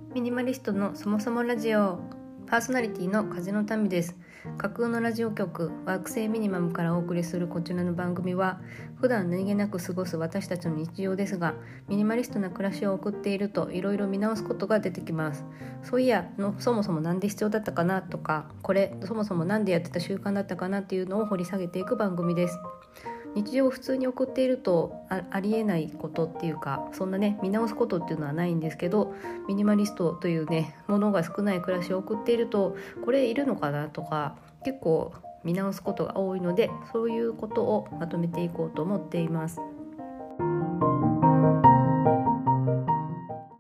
ミニマリストのそもそもラジオ、パーソナリティの風の民です。架空のラジオ局ワーク星ミニマムからお送りするこちらの番組は、普段何気なく過ごす私たちの日常ですが、ミニマリストな暮らしを送っているといろいろ見直すことが出てきます。そういやそもそもなんで必要だったかなとか、これそもそもなんでやってた習慣だったかなっていうのを掘り下げていく番組です。日常を普通に送っていると ありえないことっていうか、そんなね見直すことっていうのはないんですけど、ミニマリストというねものが少ない暮らしを送っていると、これいるのかなとか結構見直すことが多いので、そういうことをまとめていこうと思っています。